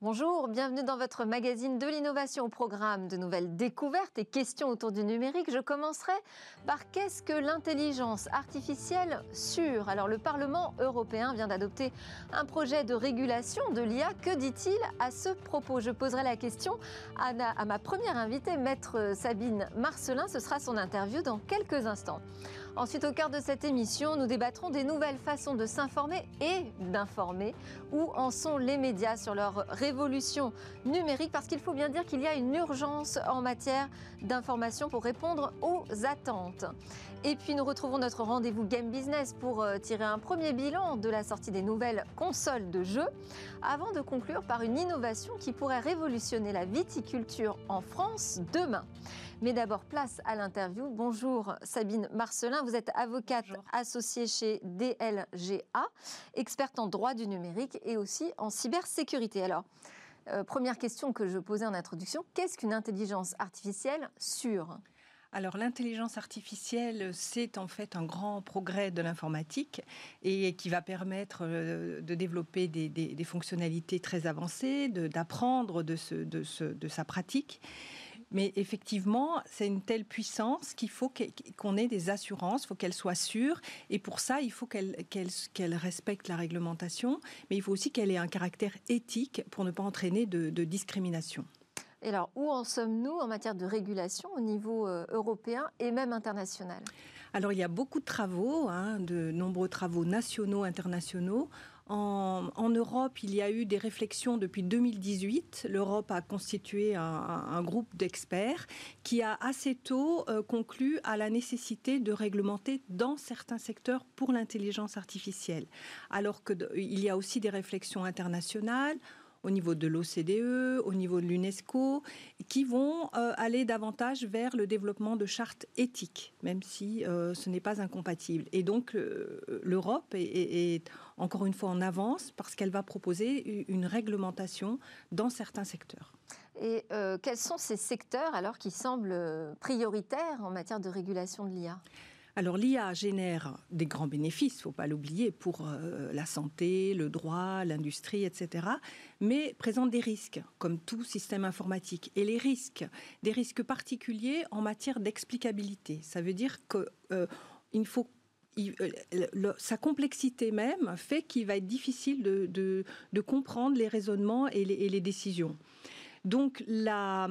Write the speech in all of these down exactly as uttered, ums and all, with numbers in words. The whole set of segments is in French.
Bonjour, bienvenue dans votre magazine de l'innovation au programme de nouvelles découvertes et questions autour du numérique. Je commencerai par qu'est-ce que l'intelligence artificielle sûre? Alors le Parlement européen vient d'adopter un projet de régulation de l'I A. Que dit-il à ce propos? Je poserai la question à, na- à ma première invitée, maître Sabine Marcelin. Ce sera son interview dans quelques instants. Ensuite, au cœur de cette émission, nous débattrons des nouvelles façons de s'informer et d'informer. Où en sont les médias sur leur révolution numérique? Parce qu'il faut bien dire qu'il y a une urgence en matière d'information pour répondre aux attentes. Et puis nous retrouvons notre rendez-vous Game Business pour tirer un premier bilan de la sortie des nouvelles consoles de jeux, avant de conclure par une innovation qui pourrait révolutionner la viticulture en France demain. Mais d'abord, place à l'interview. Bonjour Sabine Marcelin, vous êtes avocate Bonjour. associée chez D L G A, experte en droit du numérique et aussi en cybersécurité. Alors, euh, première question que je posais en introduction, qu'est-ce qu'une intelligence artificielle sûre ? Alors l'intelligence artificielle, c'est en fait un grand progrès de l'informatique et qui va permettre de développer des, des, des fonctionnalités très avancées, de, d'apprendre de, ce, de, ce, de sa pratique. Mais effectivement, c'est une telle puissance qu'il faut qu'on ait des assurances, il faut qu'elle soit sûre. Et pour ça, il faut qu'elle, qu'elle, qu'elle respecte la réglementation, mais il faut aussi qu'elle ait un caractère éthique pour ne pas entraîner de, de discrimination. Et alors, où en sommes-nous en matière de régulation au niveau euh, européen et même international ? Alors, il y a beaucoup de travaux, hein, de nombreux travaux nationaux, internationaux. En, en Europe, il y a eu des réflexions depuis deux mille dix-huit. L'Europe a constitué un, un groupe d'experts qui a assez tôt euh, conclu à la nécessité de réglementer dans certains secteurs pour l'intelligence artificielle. Alors qu'il y a aussi des réflexions internationales au niveau de l'O C D E, au niveau de l'UNESCO, qui vont euh, aller davantage vers le développement de chartes éthiques, même si euh, ce n'est pas incompatible. Et donc, euh, l'Europe est, est, est encore une fois en avance parce qu'elle va proposer une réglementation dans certains secteurs. Et euh, quels sont ces secteurs alors qui semblent prioritaires en matière de régulation de l'I A ? Alors l'I A génère des grands bénéfices, il ne faut pas l'oublier, pour euh, la santé, le droit, l'industrie, et cetera, mais présente des risques, comme tout système informatique. Et les risques, des risques particuliers en matière d'explicabilité. Ça veut dire qu'il euh, faut... Il, le, sa complexité même fait qu'il va être difficile de, de, de comprendre les raisonnements et les, et les décisions. Donc la,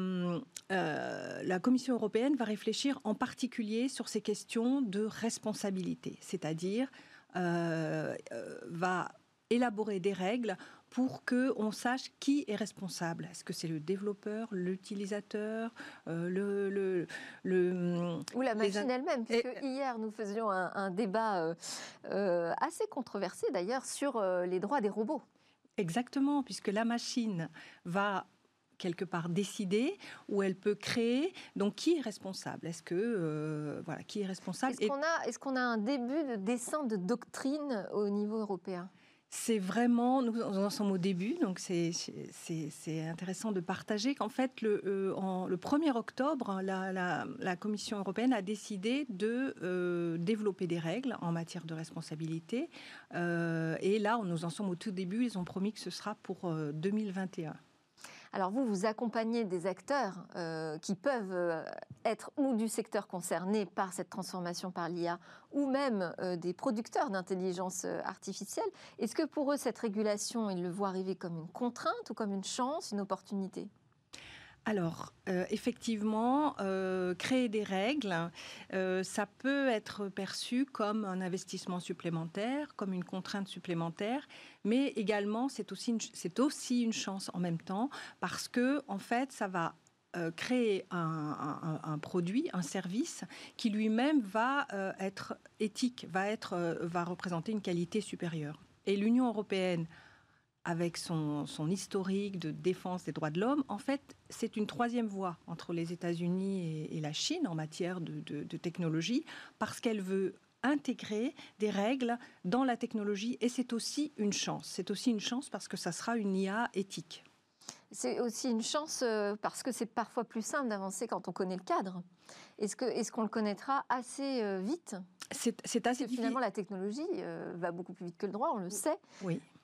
euh, la Commission européenne va réfléchir en particulier sur ces questions de responsabilité, c'est-à-dire euh, euh, va élaborer des règles pour qu'on sache qui est responsable. Est-ce que c'est le développeur, l'utilisateur, euh, le, le, le... Ou la machine les... elle-même, puisque Et... hier nous faisions un, un débat euh, euh, assez controversé d'ailleurs sur euh, les droits des robots. Exactement, puisque la machine va quelque part décider, où elle peut créer. Donc, qui est responsable ? Est-ce que euh, voilà, qui est responsable ? Est-ce qu'on a, est-ce qu'on a un début de dessin de doctrine au niveau européen ? C'est vraiment, nous en sommes au début, donc c'est, c'est, c'est intéressant de partager qu'en fait, le, euh, en, le premier octobre, la, la, la Commission européenne a décidé de euh, développer des règles en matière de responsabilité. Euh, et là, nous en sommes au tout début, ils ont promis que ce sera pour euh, deux mille vingt et un. Alors vous, vous accompagnez des acteurs euh, qui peuvent euh, être ou du secteur concerné par cette transformation par l'I A, ou même euh, des producteurs d'intelligence artificielle. Est-ce que pour eux, cette régulation, ils le voient arriver comme une contrainte ou comme une chance, une opportunité ? Alors, euh, effectivement, euh, créer des règles, euh, ça peut être perçu comme un investissement supplémentaire, comme une contrainte supplémentaire, mais également, c'est aussi une, c'est aussi une chance en même temps, parce que, en fait, ça va euh, créer un, un, un produit, un service, qui lui-même va euh, être éthique, va, être, euh, va représenter une qualité supérieure. Et l'Union européenne, avec son, son historique de défense des droits de l'homme, en fait, c'est une troisième voie entre les États-Unis et, et la Chine en matière de, de, de technologie, parce qu'elle veut intégrer des règles dans la technologie, et c'est aussi une chance. C'est aussi une chance parce que ça sera une I A éthique. C'est aussi une chance parce que c'est parfois plus simple d'avancer quand on connaît le cadre. Est-ce que, est-ce qu'on le connaîtra assez vite ? C'est, c'est assez Parce que finalement, la technologie euh, va beaucoup plus vite que le droit, on le sait. Oui.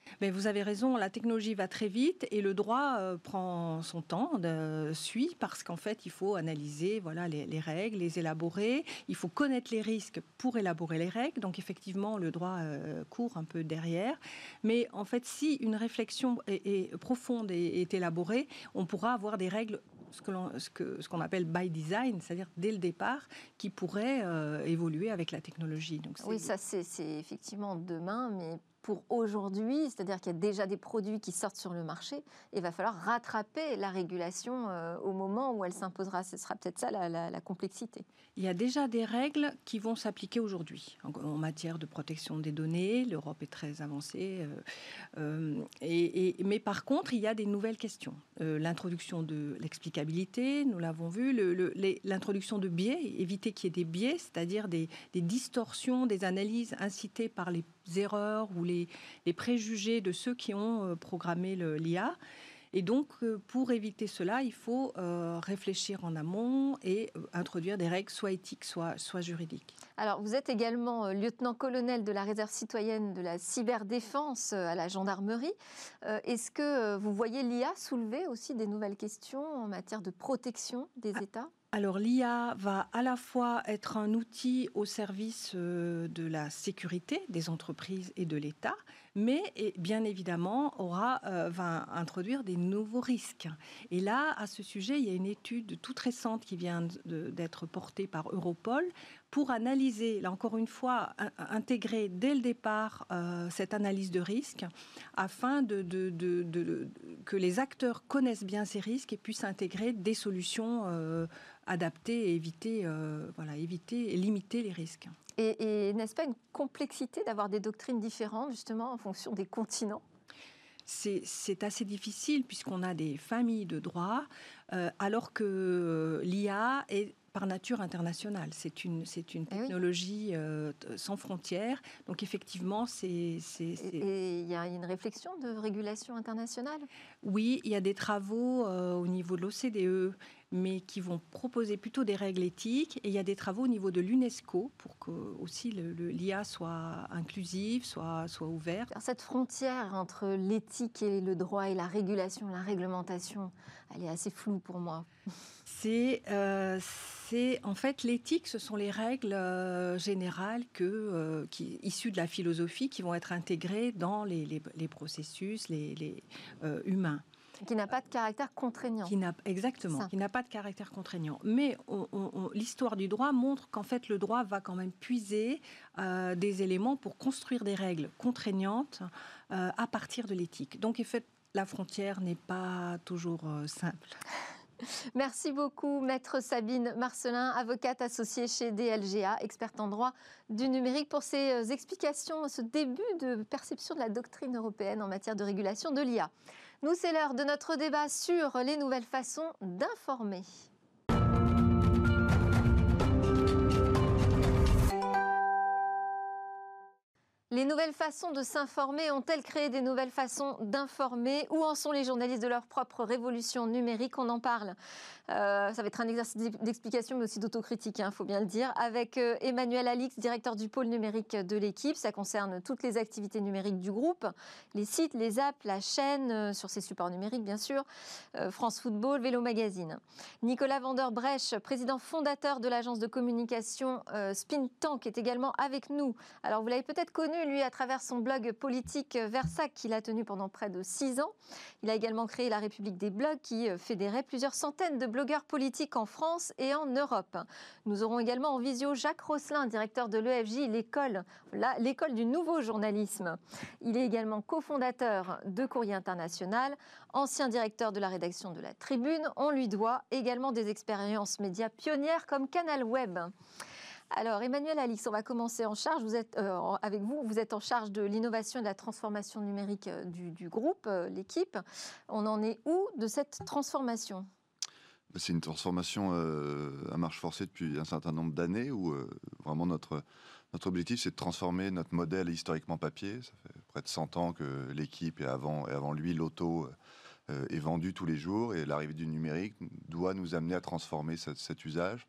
Mais vous avez raison, la technologie va très vite et le droit euh, prend son temps, de, suit, parce qu'en fait, il faut analyser voilà, les, les règles, les élaborer. Il faut connaître les risques pour élaborer les règles. Donc, effectivement, le droit euh, court un peu derrière. Mais en fait, si une réflexion est, est profonde et est élaborée, on pourra avoir des règles ce que l'on, ce que, ce qu'on appelle by design, c'est-à-dire dès le départ, qui pourraient euh, évoluer avec la technologie. Donc oui, ça c'est, c'est effectivement demain, mais pour aujourd'hui, c'est-à-dire qu'il y a déjà des produits qui sortent sur le marché, et il va falloir rattraper la régulation euh, au moment où elle s'imposera. Ce sera peut-être ça la, la, la complexité. Il y a déjà des règles qui vont s'appliquer aujourd'hui en, en matière de protection des données. L'Europe est très avancée. Euh, euh, et, et, mais par contre, il y a des nouvelles questions. Euh, l'introduction de l'explicabilité, nous l'avons vu, le, le, les, l'introduction de biais, éviter qu'il y ait des biais, c'est-à-dire des, des distorsions, des analyses incitées par les erreurs ou les, les préjugés de ceux qui ont programmé le, l'I A. Et donc, pour éviter cela, il faut euh, réfléchir en amont et euh, introduire des règles soit éthiques, soit, soit juridiques. Alors, vous êtes également euh, lieutenant-colonel de la réserve citoyenne de la cyberdéfense euh, à la gendarmerie. Euh, est-ce que euh, vous voyez l'I A soulever aussi des nouvelles questions en matière de protection des ah. États ? Alors l'I A va à la fois être un outil au service euh, de la sécurité des entreprises et de l'État, mais et bien évidemment aura, euh, va introduire des nouveaux risques. Et là, à ce sujet, il y a une étude toute récente qui vient de, d'être portée par Europol pour analyser, là encore une fois, un, intégrer dès le départ euh, cette analyse de risque afin de, de, de, de, de, que les acteurs connaissent bien ces risques et puissent intégrer des solutions euh, adapter et éviter, euh, voilà, éviter et limiter les risques. Et, et n'est-ce pas une complexité d'avoir des doctrines différentes, justement, en fonction des continents ? C'est, c'est assez difficile puisqu'on a des familles de droits, euh, alors que l'I A est par nature internationale. C'est une, c'est une technologie eh oui. euh, sans frontières. Donc effectivement, c'est... c'est, c'est... Et il y a une réflexion de régulation internationale ? Oui, il y a des travaux euh, au niveau de l'O C D E, mais qui vont proposer plutôt des règles éthiques. Et il y a des travaux au niveau de l'UNESCO pour que aussi le, le, l'I A soit inclusive, soit, soit ouverte. Alors cette frontière entre l'éthique et le droit et la régulation, la réglementation, elle est assez floue pour moi. C'est, euh, c'est en fait l'éthique, ce sont les règles euh, générales que, euh, qui, issues de la philosophie qui vont être intégrées dans les, les, les processus les, les, euh, humains. Qui n'a pas de caractère contraignant. Qui n'a, exactement, qui n'a pas de caractère contraignant. Mais on, on, on, l'histoire du droit montre qu'en fait le droit va quand même puiser euh, des éléments pour construire des règles contraignantes euh, à partir de l'éthique. Donc en fait, la frontière n'est pas toujours euh, simple. Merci beaucoup, Maître Sabine Marcelin, avocate associée chez D L G A, experte en droit du numérique, pour ces explications, ce début de perception de la doctrine européenne en matière de régulation de l'I A. Nous, c'est l'heure de notre débat sur les nouvelles façons d'informer. Les nouvelles façons de s'informer ont-elles créé des nouvelles façons d'informer ? Où en sont les journalistes de leur propre révolution numérique ? On en parle. Euh, ça va être un exercice d'explication, mais aussi d'autocritique, il hein, faut bien le dire. Avec euh, Emmanuel Alix, directeur du pôle numérique de l'équipe. Ça concerne toutes les activités numériques du groupe, les sites, les apps, la chaîne, euh, sur ses supports numériques, bien sûr, euh, France Football, Vélo Magazine. Nicolas Vanderbrech, président fondateur de l'agence de communication euh, Spin Tank, est également avec nous. Alors, vous l'avez peut-être connu, lui, à travers son blog politique Versac, qu'il a tenu pendant près de six ans. Il a également créé la République des blogs, qui fédérait plusieurs centaines de blogueurs politiques en France et en Europe. Nous aurons également en visio Jacques Rosselin, directeur de l'E F J, l'école, la, l'école du nouveau journalisme. Il est également cofondateur de Courrier International, ancien directeur de la rédaction de La Tribune. On lui doit également des expériences médias pionnières comme Canal Web. Alors, Emmanuel Alix, on va commencer en charge. Vous êtes, euh, avec vous, vous êtes en charge de l'innovation et de la transformation numérique du, du groupe, euh, l'équipe. On en est où de cette transformation ? C'est une transformation euh, à marche forcée depuis un certain nombre d'années où euh, vraiment notre, notre objectif, c'est de transformer notre modèle historiquement papier. Ça fait près de cent ans que l'équipe et avant, et avant lui, l'auto euh, est vendu tous les jours. Et l'arrivée du numérique doit nous amener à transformer cet, cet usage.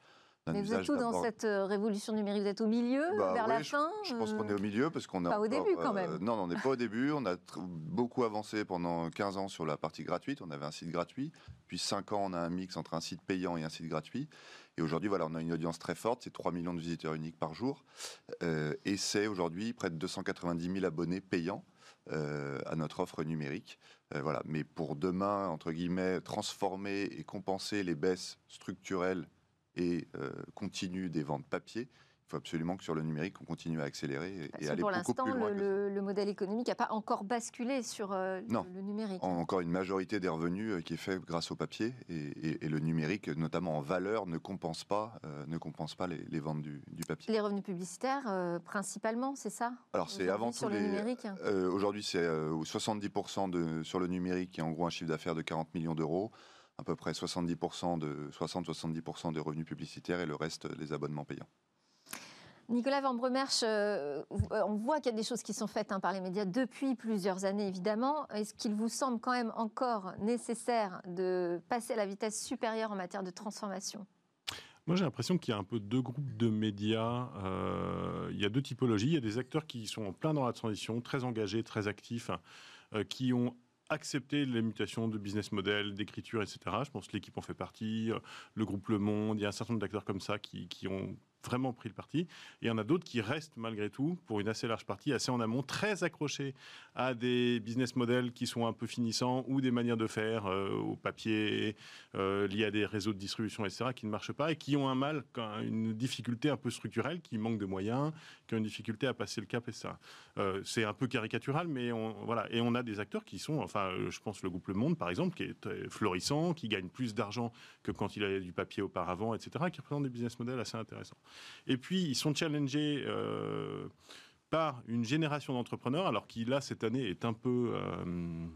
Mais vous êtes où dans cette euh, révolution numérique? Vous êtes au milieu, bah, vers oui, la je, fin je pense euh... qu'on est au milieu parce qu'on a Pas encore, au début quand même. Euh, non, on n'est pas au début. On a tr- beaucoup avancé pendant quinze ans sur la partie gratuite. On avait un site gratuit. Puis cinq ans, on a un mix entre un site payant et un site gratuit. Et aujourd'hui, voilà, on a une audience très forte. C'est trois millions de visiteurs uniques par jour. Euh, et c'est aujourd'hui près de deux cent quatre-vingt-dix mille abonnés payants euh, à notre offre numérique. Euh, voilà. Mais pour demain, entre guillemets, transformer et compenser les baisses structurelles et euh, continue des ventes papier, il faut absolument que sur le numérique, on continue à accélérer et, Parce et que aller pour beaucoup l'instant, plus loin. le, que ça. le, le modèle économique n'a pas encore basculé sur euh, Non. le, le numérique. En- encore une majorité des revenus euh, qui est fait grâce au papier et, et- et le numérique, notamment en valeur, ne compense pas, euh, ne compense pas les, les ventes du, du papier. Les revenus publicitaires, euh, principalement, c'est ça? Alors c'est avant tout sur le les. numérique. Euh, aujourd'hui, c'est euh, soixante-dix pour cent de, sur le numérique, qui est en gros un chiffre d'affaires de quarante millions d'euros. À peu près soixante-dix pour cent de soixante à soixante-dix pour cent des revenus publicitaires et le reste les abonnements payants. Nicolas Van Bremersch, euh, on voit qu'il y a des choses qui sont faites hein, par les médias depuis plusieurs années, évidemment. Est-ce qu'il vous semble quand même encore nécessaire de passer à la vitesse supérieure en matière de transformation? Moi, j'ai l'impression qu'il y a un peu deux groupes de médias. Euh, il y a deux typologies. Il y a des acteurs qui sont en plein dans la transition, très engagés, très actifs, euh, qui ont accepter les mutations de business model, d'écriture, et cetera. Je pense que l'équipe en fait partie, le groupe Le Monde, il y a un certain nombre d'acteurs comme ça qui, qui ont vraiment pris le parti. Et il y en a d'autres qui restent malgré tout, pour une assez large partie, assez en amont, très accrochés à des business models qui sont un peu finissants ou des manières de faire euh, au papier, euh, liées à des réseaux de distribution, et cetera, qui ne marchent pas et qui ont un mal, une difficulté un peu structurelle, qui manquent de moyens, qui ont une difficulté à passer le cap, et cetera. Euh, c'est un peu caricatural, mais on, voilà. Et on a des acteurs qui sont, enfin, je pense le groupe Le Monde, par exemple, qui est florissant, qui gagne plus d'argent que quand il avait du papier auparavant, et cetera, qui représente des business models assez intéressants. Et puis, ils sont challengés euh, par une génération d'entrepreneurs, alors qui, là, cette année, est un peu... Euh,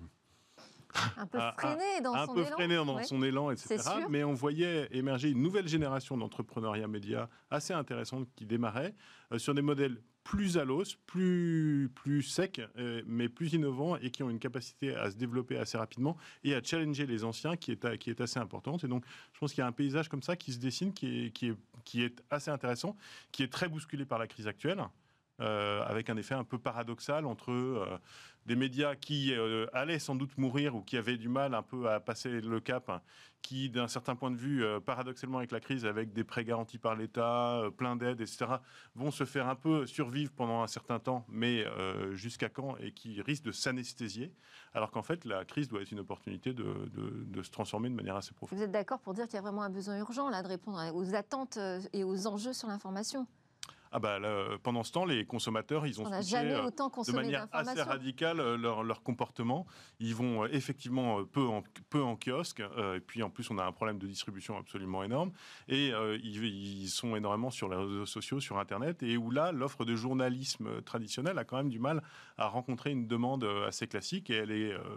un peu freiné dans un son peu élan. freiné dans ouais. son élan, et cetera. Mais on voyait émerger une nouvelle génération d'entrepreneuriat média assez intéressante qui démarrait euh, sur des modèles plus à l'os, plus, plus secs, euh, mais plus innovants et qui ont une capacité à se développer assez rapidement et à challenger les anciens qui est, qui est assez importante. Et donc, je pense qu'il y a un paysage comme ça qui se dessine, qui est, qui est, qui est assez intéressant, qui est très bousculé par la crise actuelle. Euh, avec un effet un peu paradoxal entre euh, des médias qui euh, allaient sans doute mourir ou qui avaient du mal un peu à passer le cap, hein, qui, d'un certain point de vue, euh, paradoxalement avec la crise, avec des prêts garantis par l'État, euh, plein d'aides, et cetera, vont se faire un peu survivre pendant un certain temps, mais euh, jusqu'à quand, et qui risquent de s'anesthésier, alors qu'en fait, la crise doit être une opportunité de, de, de se transformer de manière assez profonde. Vous êtes d'accord pour dire qu'il y a vraiment un besoin urgent là, de répondre aux attentes et aux enjeux sur l'information? Ah bah, là, pendant ce temps, les consommateurs, ils ont On n'a switché jamais autant de manière assez radicale leur, leur comportement. Ils vont euh, effectivement peu en, peu en kiosque, euh, et puis en plus on a un problème de distribution absolument énorme, et euh, ils, ils sont énormément sur les réseaux sociaux, sur Internet, et où là, l'offre de journalisme traditionnel a quand même du mal à rencontrer une demande assez classique, et elle est... Euh,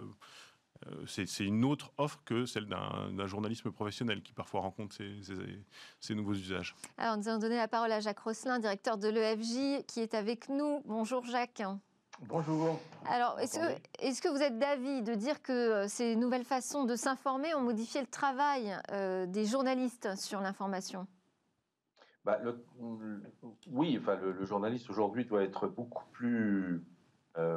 C'est, c'est une autre offre que celle d'un, d'un journalisme professionnel qui parfois rencontre ces, ces, ces nouveaux usages. Alors, nous allons donner la parole à Jacques Rosselin, directeur de l'E F J, qui est avec nous. Bonjour Jacques. Bonjour. Alors, est-ce que, est-ce que vous êtes d'avis de dire que ces nouvelles façons de s'informer ont modifié le travail euh, des journalistes sur l'information ? Bah, le, le, oui, enfin, le, le journaliste aujourd'hui doit être beaucoup plus... Euh,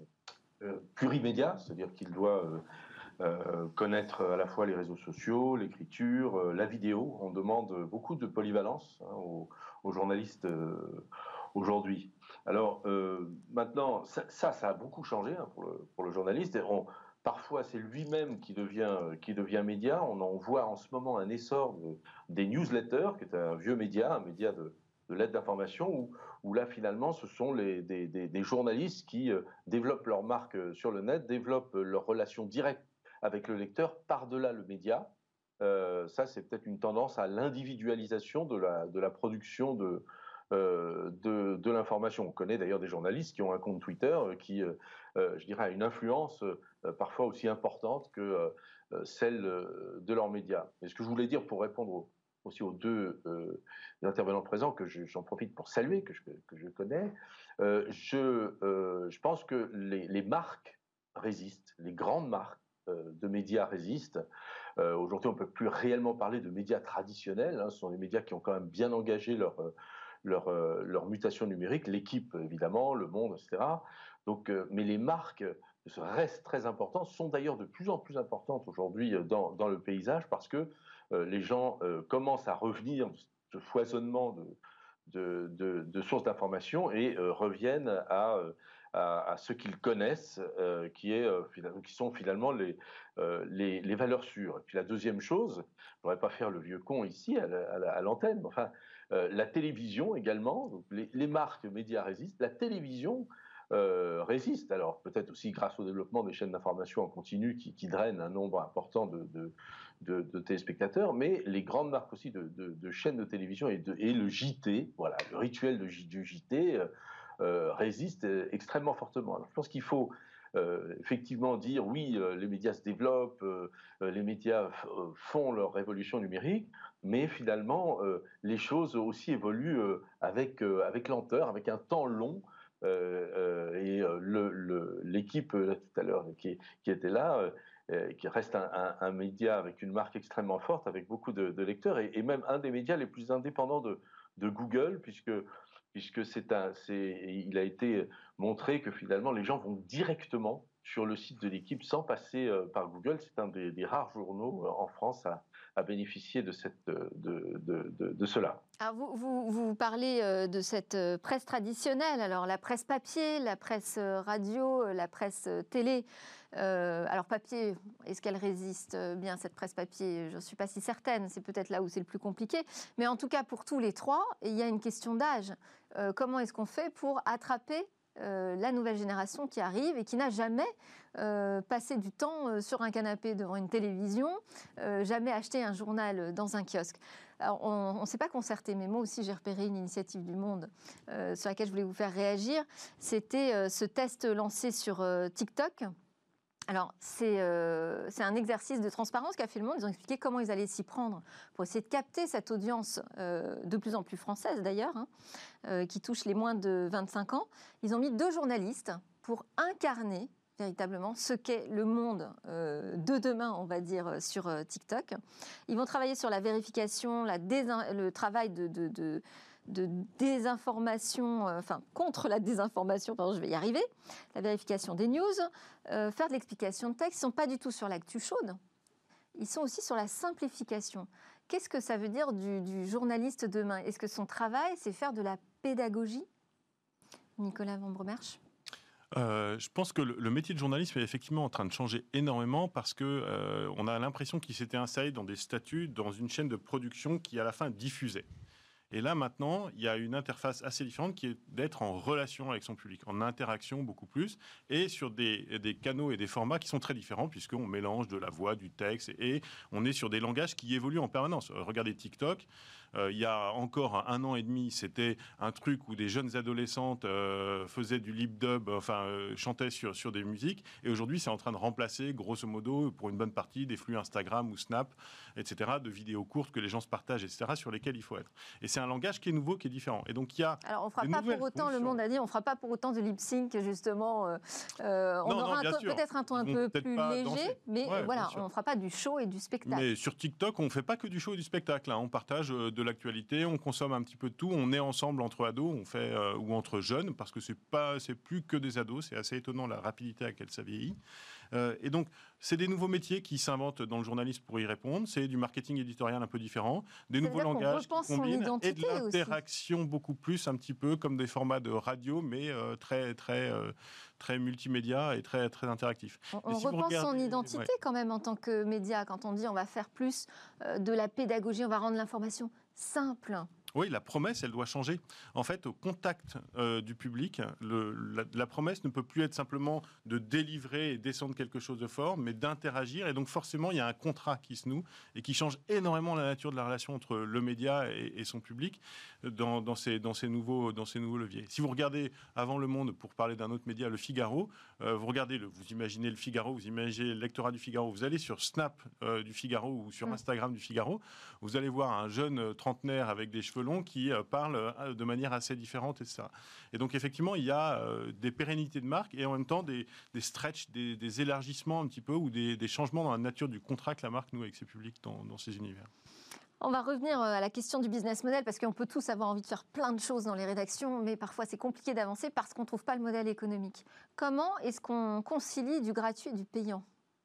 Euh, plurimédia, c'est-à-dire qu'il doit euh, euh, connaître à la fois les réseaux sociaux, l'écriture, euh, la vidéo. On demande beaucoup de polyvalence hein, aux, aux journalistes euh, aujourd'hui. Alors euh, maintenant, ça, ça, ça a beaucoup changé hein, pour, le, pour le journaliste. Et on, parfois, c'est lui-même qui devient, qui devient média. On en voit en ce moment un essor de, des newsletters, qui est un vieux média, un média de de l'aide d'information, où, où là, finalement, ce sont les, des, des, des journalistes qui euh, développent leur marque sur le net, développent leur relation directe avec le lecteur par-delà le média. Euh, ça, c'est peut-être une tendance à l'individualisation de la, de la production de, euh, de, de l'information. On connaît d'ailleurs des journalistes qui ont un compte Twitter qui, euh, je dirais, a une influence euh, parfois aussi importante que euh, celle de leurs médias. Et ce que je voulais dire pour répondre au aussi aux deux euh, intervenants présents, que je, j'en profite pour saluer, que je, que je connais, euh, je, euh, je pense que les, les marques résistent, les grandes marques euh, de médias résistent. Euh, aujourd'hui, on ne peut plus réellement parler de médias traditionnels. Hein. Ce sont des médias qui ont quand même bien engagé leur, leur, leur mutation numérique, l'équipe évidemment, le monde, et cetera. Donc, euh, mais les marques restent très importantes, sont d'ailleurs de plus en plus importantes aujourd'hui dans, dans le paysage parce que euh, les gens euh, commencent à revenir de ce foisonnement de, de, de, de sources d'information et euh, reviennent à, à, à ce qu'ils connaissent, euh, qui, est, euh, qui sont finalement les, euh, les, les valeurs sûres. Et puis la deuxième chose, je ne voudrais pas faire le vieux con ici à, à, à l'antenne, mais enfin, euh, la télévision également, donc les, les marques médias résistent, la télévision Euh, résiste. Alors peut-être aussi grâce au développement des chaînes d'information en continu qui, qui drainent un nombre important de, de, de, de téléspectateurs, mais les grandes marques aussi de, de, de chaînes de télévision et, de, et le J T, voilà, le rituel de, du J T euh, euh, résiste extrêmement fortement. Alors je pense qu'il faut euh, effectivement dire oui, euh, les médias se développent, euh, les médias f- font leur révolution numérique, mais finalement euh, les choses aussi évoluent euh, avec, euh, avec lenteur, avec un temps long. Euh, euh, et euh, le, le, l'équipe là, tout à l'heure qui, qui était là, euh, qui reste un, un, un média avec une marque extrêmement forte, avec beaucoup de, de lecteurs, et, et même un des médias les plus indépendants de, de Google, puisque, puisque c'est un, c'est, il a été montré que finalement les gens vont directement sur le site de l'équipe sans passer euh, par Google. C'est un des, des rares journaux euh, en France à, à bénéficier de, cette, de, de, de, de cela. Alors vous, vous, vous parlez euh, de cette euh, presse traditionnelle, alors la presse papier, la presse euh, radio, euh, la presse euh, télé. Euh, alors papier, est-ce qu'elle résiste euh, bien, cette presse papier? Je ne suis pas si certaine, c'est peut-être là où c'est le plus compliqué. Mais en tout cas, pour tous les trois, il y a une question d'âge. Euh, comment est-ce qu'on fait pour attraper Euh, la nouvelle génération qui arrive et qui n'a jamais euh, passé du temps euh, sur un canapé devant une télévision, euh, jamais acheté un journal dans un kiosque. Alors, on ne s'est pas concerté, mais moi aussi j'ai repéré une initiative du Monde euh, sur laquelle je voulais vous faire réagir. C'était euh, ce test lancé sur euh, TikTok. Alors, c'est euh, c'est un exercice de transparence qu'a fait le Monde. Ils ont expliqué comment ils allaient s'y prendre pour essayer de capter cette audience euh, de plus en plus française d'ailleurs, hein, euh, qui touche les moins de vingt-cinq ans. Ils ont mis deux journalistes pour incarner véritablement ce qu'est le monde euh, de demain, on va dire, sur euh, TikTok. Ils vont travailler sur la vérification, la désin- le travail de... de, de de désinformation, euh, enfin contre la désinformation, pardon, je vais y arriver, la vérification des news, euh, faire de l'explication de texte. Ils ne sont pas du tout sur l'actu chaude, ils sont aussi sur la simplification. Qu'est-ce que ça veut dire du, du journaliste demain? Est-ce que son travail, c'est faire de la pédagogie? Nicolas Van Bromersch. Euh, je pense que le, le métier de journalisme est effectivement en train de changer énormément parce que euh, on a l'impression qu'il s'était installé dans des statuts, dans une chaîne de production qui à la fin diffusait. Et là, maintenant, il y a une interface assez différente qui est d'être en relation avec son public, en interaction beaucoup plus, et sur des, des canaux et des formats qui sont très différents, puisqu'on mélange de la voix, du texte, et on est sur des langages qui évoluent en permanence. Regardez TikTok. Euh, il y a encore un an et demi, c'était un truc où des jeunes adolescentes euh, faisaient du lip dub, enfin euh, chantaient sur, sur des musiques. Et aujourd'hui, c'est en train de remplacer, grosso modo, pour une bonne partie, des flux Instagram ou Snap, et cetera, de vidéos courtes que les gens se partagent, et cetera, sur lesquels il faut être. Et c'est un langage qui est nouveau, qui est différent. Et donc il y a. Alors on fera pas pour autant, le Monde a dit, on fera pas pour autant du lip sync justement. Euh, euh, on non, aura non, peut-être un ton un peu plus léger, danser. mais ouais, voilà, on fera pas du show et du spectacle. Mais sur TikTok, on fait pas que du show et du spectacle. Hein. On partage euh, de l'actualité, on consomme un petit peu de tout, on est ensemble entre ados, on fait euh, ou entre jeunes, parce que c'est pas, c'est plus que des ados. C'est assez étonnant la rapidité à laquelle ça vieillit. Euh, et donc, c'est des nouveaux métiers qui s'inventent dans le journalisme pour y répondre. C'est du marketing éditorial un peu différent, des ça nouveaux langages qui combinent et de l'interaction aussi. beaucoup plus, un petit peu comme des formats de radio, mais euh, très, très, euh, très multimédia et très, très interactifs. On, on si repense regardez, son identité ouais. quand même en tant que média. Quand on dit on va faire plus euh, de la pédagogie, on va rendre l'information simple. Oui, la promesse, elle doit changer. En fait, au contact euh, du public, le, la, la promesse ne peut plus être simplement de délivrer et descendre quelque chose de fort, mais d'interagir. Et donc, forcément, il y a un contrat qui se noue et qui change énormément la nature de la relation entre le média et, et son public dans, dans, ces, dans, ces nouveaux, dans ces nouveaux leviers. Si vous regardez avant Le Monde, pour parler d'un autre média, Le Figaro, euh, vous regardez, le, vous imaginez Le Figaro, vous imaginez le lectorat du Figaro, vous allez sur Snap euh, du Figaro ou sur Instagram du Figaro, vous allez voir un jeune trentenaire avec des cheveux selon qui euh, parlent euh, de manière assez différente, et cetera. Et donc effectivement, il y a euh, des pérennités de marque et en même temps des, des stretch, des, des élargissements un petit peu ou des, des changements dans la nature du contrat que la marque noue avec ses publics dans, dans ces univers. On va revenir à la question du business model parce qu'on peut tous avoir envie de faire plein de choses dans les rédactions, mais parfois c'est compliqué d'avancer parce qu'on ne trouve pas le modèle économique. Comment est-ce qu'on concilie du gratuit et du payant ?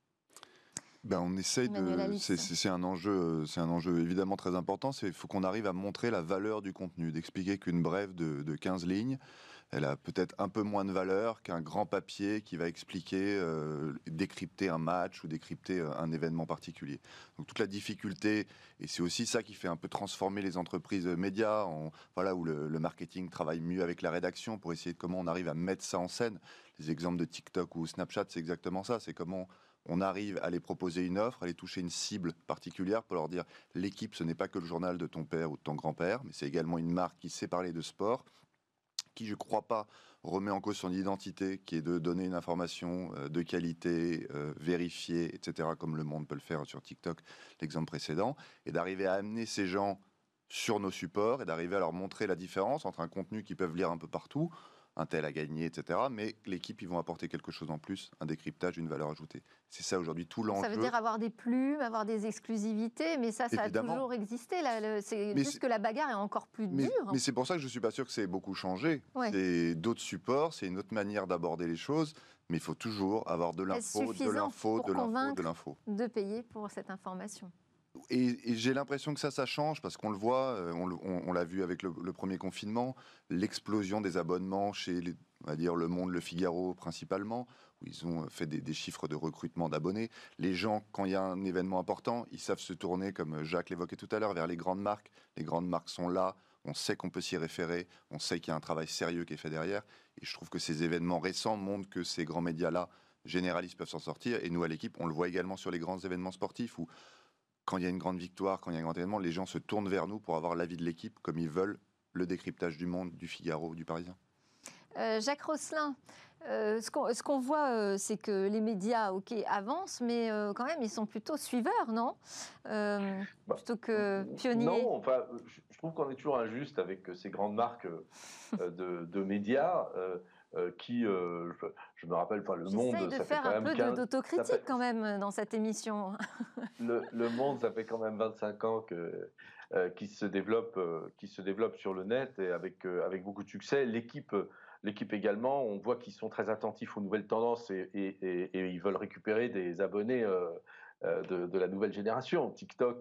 Ben, on essaye de. C'est, c'est un enjeu, c'est un enjeu évidemment très important. Il faut qu'on arrive à montrer la valeur du contenu, d'expliquer qu'une brève de, de quinze lignes, elle a peut-être un peu moins de valeur qu'un grand papier qui va expliquer, euh, décrypter un match ou décrypter un événement particulier. Donc toute la difficulté, et c'est aussi ça qui fait un peu transformer les entreprises médias, en, voilà, où le, le marketing travaille mieux avec la rédaction pour essayer de comment on arrive à mettre ça en scène. Les exemples de TikTok ou Snapchat, c'est exactement ça. C'est comment on arrive à les proposer une offre, à les toucher une cible particulière pour leur dire l'équipe, ce n'est pas que le journal de ton père ou de ton grand-père, mais c'est également une marque qui sait parler de sport, qui, je ne crois pas, remet en cause son identité, qui est de donner une information euh, de qualité, euh, vérifiée, et cetera, comme Le Monde peut le faire sur TikTok, l'exemple précédent, et d'arriver à amener ces gens sur nos supports et d'arriver à leur montrer la différence entre un contenu qu'ils peuvent lire un peu partout, un tel a gagné, et cetera. Mais l'équipe, ils vont apporter quelque chose en plus, un décryptage, une valeur ajoutée. C'est ça aujourd'hui tout l'enjeu. Ça veut dire avoir des plumes, avoir des exclusivités, mais ça, ça Évidemment. a toujours existé. Là, le, c'est mais juste c'est... que la bagarre est encore plus mais, dure. Mais c'est pour ça que je ne suis pas sûr que ça ait beaucoup changé. Ouais. C'est d'autres supports, c'est une autre manière d'aborder les choses, mais il faut toujours avoir de l'info, de l'info, de l'info, de l'info. De payer pour cette information. Et, et j'ai l'impression que ça, ça change, parce qu'on le voit, on, on, on l'a vu avec le, le premier confinement, l'explosion des abonnements chez, les, on va dire, Le Monde, Le Figaro principalement, où ils ont fait des, des chiffres de recrutement d'abonnés. Les gens, quand il y a un événement important, ils savent se tourner, comme Jacques l'évoquait tout à l'heure, vers les grandes marques. Les grandes marques sont là, on sait qu'on peut s'y référer, on sait qu'il y a un travail sérieux qui est fait derrière. Et je trouve que ces événements récents montrent que ces grands médias-là, généralistes, peuvent s'en sortir. Et nous, à l'équipe, on le voit également sur les grands événements sportifs, où quand il y a une grande victoire, quand il y a un grand événement, les gens se tournent vers nous pour avoir l'avis de l'équipe, comme ils veulent le décryptage du Monde, du Figaro, du Parisien. Euh, Jacques Rosselin, euh, ce, qu'on, ce qu'on voit, euh, c'est que les médias, ok, avancent, mais euh, quand même, ils sont plutôt suiveurs, non euh, bah, Plutôt que pionniers. Non, enfin, je, je trouve qu'on est toujours injuste avec ces grandes marques euh, de, de médias. Euh, Euh, qui, euh, je, je me rappelle, enfin, Le J'essaye Monde, de ça faire fait quand un même peu quinze... d'autocritique fait... quand même dans cette émission. le, le Monde, ça fait quand même vingt-cinq ans que, euh, qu'il se développe, euh, qu'il se développe sur le net et avec, euh, avec beaucoup de succès. L'équipe, l'équipe également, on voit qu'ils sont très attentifs aux nouvelles tendances et, et, et, et ils veulent récupérer des abonnés euh, de, de la nouvelle génération. TikTok,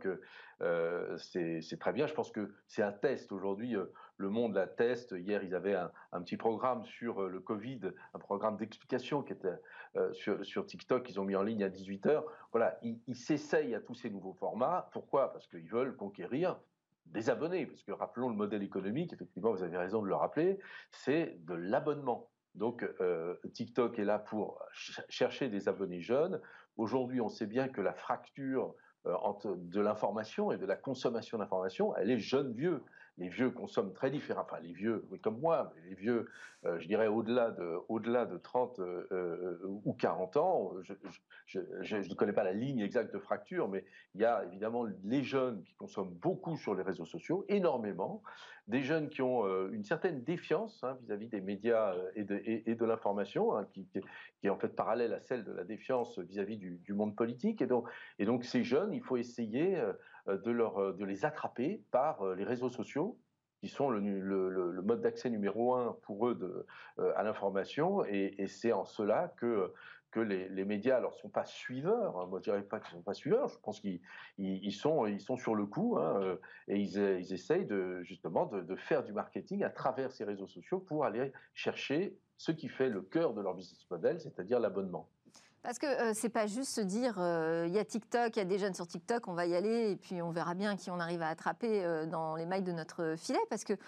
euh, c'est, c'est très bien. Je pense que c'est un test aujourd'hui. Le Monde la teste. Hier, ils avaient un, un petit programme sur le Covid, un programme d'explication qui était euh, sur, sur TikTok. Ils ont mis en ligne à dix-huit heures. Voilà, ils, ils s'essayent à tous ces nouveaux formats. Pourquoi ? Parce qu'ils veulent conquérir des abonnés. Parce que rappelons le modèle économique, effectivement, vous avez raison de le rappeler, c'est de l'abonnement. Donc, euh, TikTok est là pour ch- chercher des abonnés jeunes. Aujourd'hui, on sait bien que la fracture euh, entre de l'information et de la consommation d'information, elle est jeune-vieux. Les vieux consomment très différents, enfin les vieux, oui, comme moi, mais les vieux, euh, je dirais au-delà de, au-delà de trente euh, euh, ou quarante ans, je, je, je, je ne connais pas la ligne exacte de fracture, mais il y a évidemment les jeunes qui consomment beaucoup sur les réseaux sociaux, énormément, des jeunes qui ont euh, une certaine défiance hein, vis-à-vis des médias et de, et, et de l'information, hein, qui, qui, qui est en fait parallèle à celle de la défiance vis-à-vis du, du monde politique, et donc, et donc ces jeunes, il faut essayer euh, de, leur, de les attraper par euh, les réseaux sociaux, qui sont le, le, le mode d'accès numéro un pour eux de, euh, à l'information, et, et c'est en cela que, que les, les médias, alors, ne sont pas suiveurs, hein, moi je ne dirais pas qu'ils ne sont pas suiveurs, je pense qu'ils ils, ils sont, ils sont sur le coup, hein, euh, et ils, ils essayent de, justement de, de faire du marketing à travers ces réseaux sociaux pour aller chercher ce qui fait le cœur de leur business model, c'est-à-dire l'abonnement. Parce que euh, c'est pas juste se dire il euh, y a TikTok, il y a des jeunes sur TikTok, on va y aller et puis on verra bien qui on arrive à attraper euh, dans les mailles de notre filet. Parce que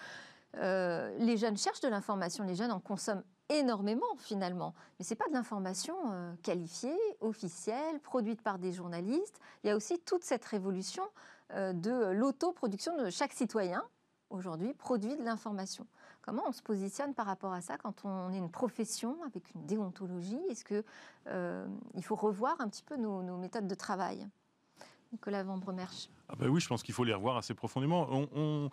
euh, les jeunes cherchent de l'information, les jeunes en consomment énormément finalement. Mais c'est pas de l'information euh, qualifiée, officielle, produite par des journalistes. Il y a aussi toute cette révolution euh, de l'autoproduction de chaque citoyen. Aujourd'hui, produit de l'information. Comment on se positionne par rapport à ça quand on est une profession avec une déontologie ? Est-ce qu'il euh, faut revoir un petit peu nos, nos méthodes de travail ? Nicolas Vambremersch. Ah bah oui, je pense qu'il faut les revoir assez profondément. On, on,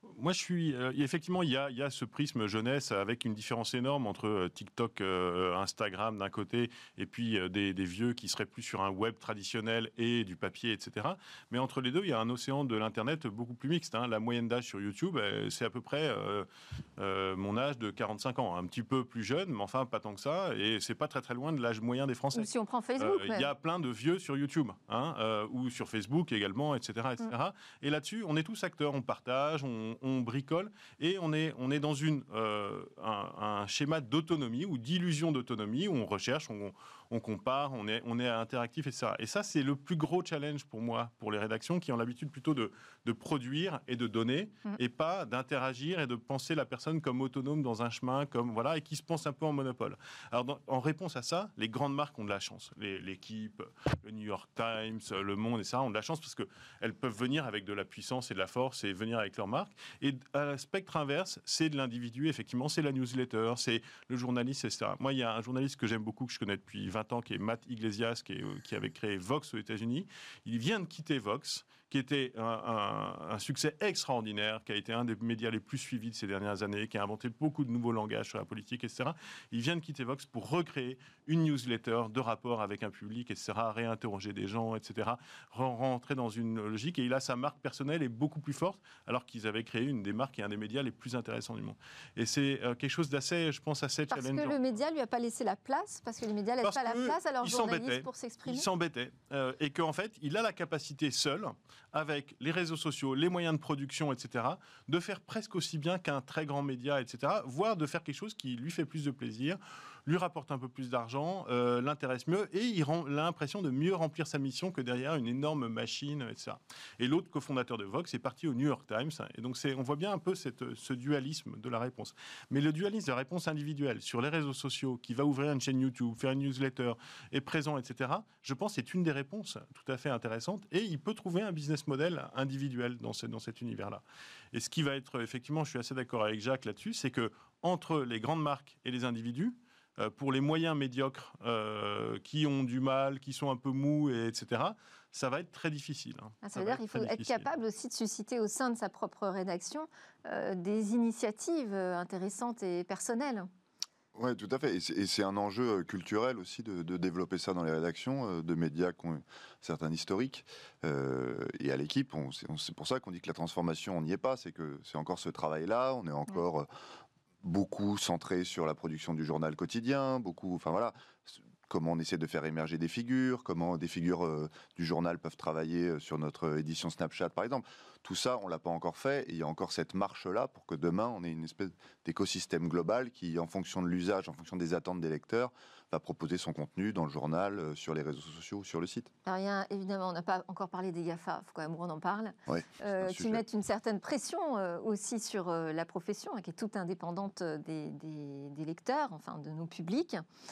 Moi, je suis. Euh, effectivement, il y, a, il y a ce prisme jeunesse avec une différence énorme entre euh, TikTok, euh, Instagram d'un côté, et puis euh, des, des vieux qui seraient plus sur un web traditionnel et du papier, et cetera. Mais entre les deux, il y a un océan de l'Internet beaucoup plus mixte. Hein. La moyenne d'âge sur YouTube, euh, c'est à peu près euh, euh, mon âge de quarante-cinq ans. Un petit peu plus jeune, mais enfin pas tant que ça. Et c'est pas très très loin de l'âge moyen des Français. Ou si on prend Facebook. Il euh, y a plein de vieux sur YouTube, hein, euh, ou sur Facebook également, et cetera, et cetera. Mm. Et là-dessus, on est tous acteurs, on partage, on on bricole et on est, on est dans une, euh, un, un schéma d'autonomie ou d'illusion d'autonomie où on recherche, on, on compare, on est, on est interactif, et cetera. Et ça, c'est le plus gros challenge pour moi, pour les rédactions qui ont l'habitude plutôt de, de produire et de donner mmh. et pas d'interagir et de penser la personne comme autonome dans un chemin, comme, voilà, et qui se pense un peu en monopole. Alors, dans, en réponse à ça, les grandes marques ont de la chance. Les, l'équipe, le New York Times, Le Monde, et cetera ont de la chance parce qu'elles peuvent venir avec de la puissance et de la force et venir avec leur marque. Et à la spectre inverse, c'est de l'individu, effectivement, c'est la newsletter, c'est le journaliste, et cetera. Moi, il y a un journaliste que j'aime beaucoup, que je connais depuis vingt ans, qui est Matt Yglesias, qui, est, qui avait créé Vox aux États-Unis. Il vient de quitter Vox, qui était un, un, un succès extraordinaire, qui a été un des médias les plus suivis de ces dernières années, qui a inventé beaucoup de nouveaux langages sur la politique, et cetera. Il vient de quitter Vox pour recréer une newsletter de rapport avec un public, et cetera, réinterroger des gens, et cetera, rentrer dans une logique. Et il a sa marque personnelle est beaucoup plus forte, alors qu'ils avaient créé une des marques et un des médias les plus intéressants du monde. Et c'est euh, quelque chose d'assez, je pense, assez parce challengeant. Parce que le média lui a pas laissé la place, parce que les médias ne laissent pas la place à leurs journalistes pour s'exprimer. Il s'embêtait. Euh, et qu'en fait, il a la capacité seul, avec les réseaux sociaux, les moyens de production, et cetera, de faire presque aussi bien qu'un très grand média, et cetera, voire de faire quelque chose qui lui fait plus de plaisir, lui rapporte un peu plus d'argent, euh, l'intéresse mieux, et il a l'impression de mieux remplir sa mission que derrière une énorme machine, et cetera. Et l'autre cofondateur de Vox est parti au New York Times, et donc c'est, on voit bien un peu cette, ce dualisme de la réponse. Mais le dualisme de la réponse individuelle sur les réseaux sociaux, qui va ouvrir une chaîne YouTube, faire une newsletter, est présent, et cetera, je pense que c'est une des réponses tout à fait intéressantes, et il peut trouver un business model individuel dans, ce, dans cet univers-là. Et ce qui va être, effectivement, je suis assez d'accord avec Jacques là-dessus, c'est que entre les grandes marques et les individus, euh, pour les moyens médiocres euh, qui ont du mal, qui sont un peu mous, et, etc., ça va être très difficile. Hein. Ah, ça, ça veut dire qu'il faut être capable aussi de susciter au sein de sa propre rédaction euh, des initiatives intéressantes et personnelles. Oui, tout à fait. Et c'est, et c'est un enjeu culturel aussi de, de développer ça dans les rédactions, de médias qui ont un certain historique. Euh, et à l'équipe, on, c'est, on, c'est pour ça qu'on dit que la transformation, on n'y est pas. C'est que c'est encore ce travail-là. On est encore ouais. beaucoup centré sur la production du journal quotidien. Beaucoup, enfin voilà, comment on essaie de faire émerger des figures, comment des figures euh, du journal peuvent travailler sur notre édition Snapchat, par exemple. Tout ça, on ne l'a pas encore fait, et il y a encore cette marche-là pour que demain, on ait une espèce d'écosystème global qui, en fonction de l'usage, en fonction des attentes des lecteurs, va proposer son contenu dans le journal, euh, sur les réseaux sociaux, sur le site. Alors, il y a, évidemment, on n'a pas encore parlé des GAFA, il faut quand même qu'on en parle, ouais, euh, qui mettent une certaine pression euh, aussi sur euh, la profession, hein, qui est toute indépendante des, des, des lecteurs, enfin de nos publics.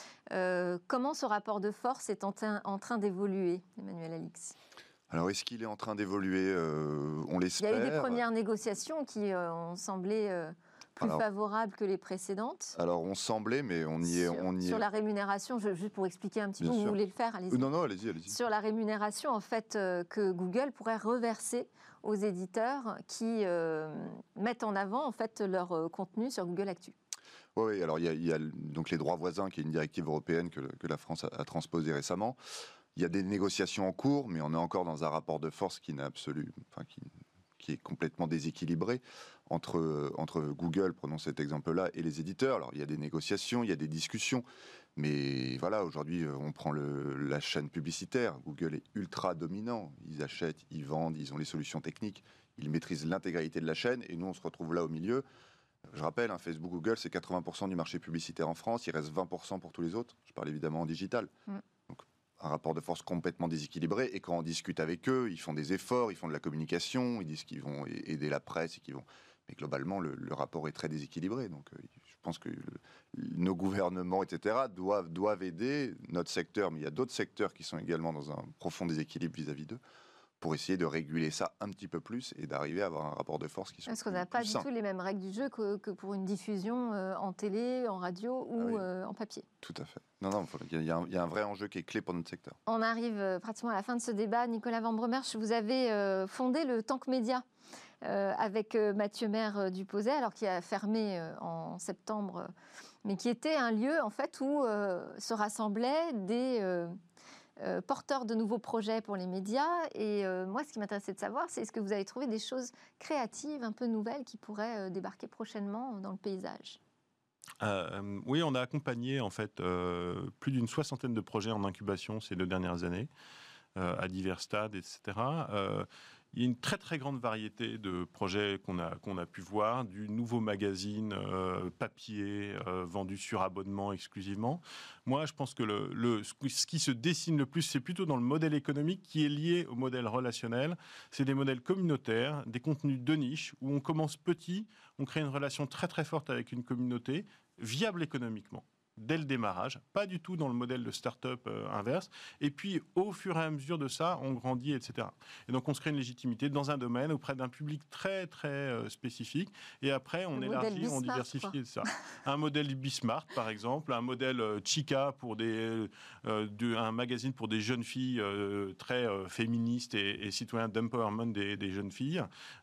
Euh, comment ce rapport de force est en, t- en train d'évoluer, Emmanuel Alix ? Alors, est-ce qu'il est en train d'évoluer euh, On l'espère. Il y a eu des premières négociations qui euh, ont semblé euh, plus alors, favorables que les précédentes. Alors, on semblait, mais on y est. Sur, on y sur est... la rémunération, je, juste pour expliquer un petit Bien peu, sûr. vous voulez le faire, allez-y. Non, non, allez-y, allez-y. Sur la rémunération, en fait, euh, que Google pourrait reverser aux éditeurs qui euh, mettent en avant, en fait, leur euh, contenu sur Google Actu. Oui, alors il y a, il y a donc les droits voisins, qui est une directive européenne que, que la France a, a transposée récemment. Il y a des négociations en cours, mais on est encore dans un rapport de force qui n'est absolu, enfin qui, qui est complètement déséquilibré entre, entre Google, prenons cet exemple-là, et les éditeurs. Alors il y a des négociations, il y a des discussions, mais voilà, aujourd'hui on prend le, la chaîne publicitaire. Google est ultra dominant. Ils achètent, ils vendent, ils ont les solutions techniques, ils maîtrisent l'intégralité de la chaîne, et nous on se retrouve là au milieu. Je rappelle, hein, Facebook, Google, c'est quatre-vingts pour cent du marché publicitaire en France, il reste vingt pour cent pour tous les autres. Je parle évidemment en digital. Mm. Donc, un rapport de force complètement déséquilibré, et quand on discute avec eux, ils font des efforts, ils font de la communication, ils disent qu'ils vont aider la presse, et qu'ils vont... mais globalement, le, le rapport est très déséquilibré. Donc, euh, je pense que le, nos gouvernements, et cetera, doivent, doivent aider notre secteur, mais il y a d'autres secteurs qui sont également dans un profond déséquilibre vis-à-vis d'eux, pour essayer de réguler ça un petit peu plus et d'arriver à avoir un rapport de force qui soit plus sain. Parce qu'on n'a pas du tout les mêmes règles du jeu que, que pour une diffusion euh, en télé, en radio ou ah oui. euh, en papier. Tout à fait. Non, non, il y, y, y a un vrai enjeu qui est clé pour notre secteur. On arrive euh, pratiquement à la fin de ce débat. Nicolas Van Bremerch, vous avez euh, fondé le Tank Média. euh, avec euh, Mathieu Maire euh, du Pozet, alors qui a fermé euh, en septembre, euh, mais qui était un lieu en fait où euh, se rassemblaient des euh, euh, porteurs de nouveaux projets pour les médias. Et euh, moi, ce qui m'intéressait de savoir, c'est est-ce que vous avez trouvé des choses créatives, un peu nouvelles, qui pourraient euh, débarquer prochainement dans le paysage? Euh, oui, on a accompagné en fait euh, plus d'une soixantaine de projets en incubation ces deux dernières années, euh, à divers stades, et cetera. Euh, il y a une très très grande variété de projets qu'on a, qu'on a pu voir, du nouveau magazine euh, papier euh, vendu sur abonnement exclusivement. Moi, je pense que le, le, ce qui se dessine le plus, c'est plutôt dans le modèle économique qui est lié au modèle relationnel. C'est des modèles communautaires, des contenus de niche, où on commence petit, on crée une relation très très forte avec une communauté, viable économiquement, dès le démarrage, pas du tout dans le modèle de start-up euh, inverse. Et puis, au fur et à mesure de ça, on grandit, et cetera. Et donc, on se crée une légitimité dans un domaine auprès d'un public très, très euh, spécifique. Et après, on Le élargit, modèle on Bismart, diversifie ça. Un modèle Bismart, par exemple, un modèle euh, Chica pour des, euh, de, un magazine pour des jeunes filles euh, très euh, féministes et, et citoyens d'empowerment des, des jeunes filles.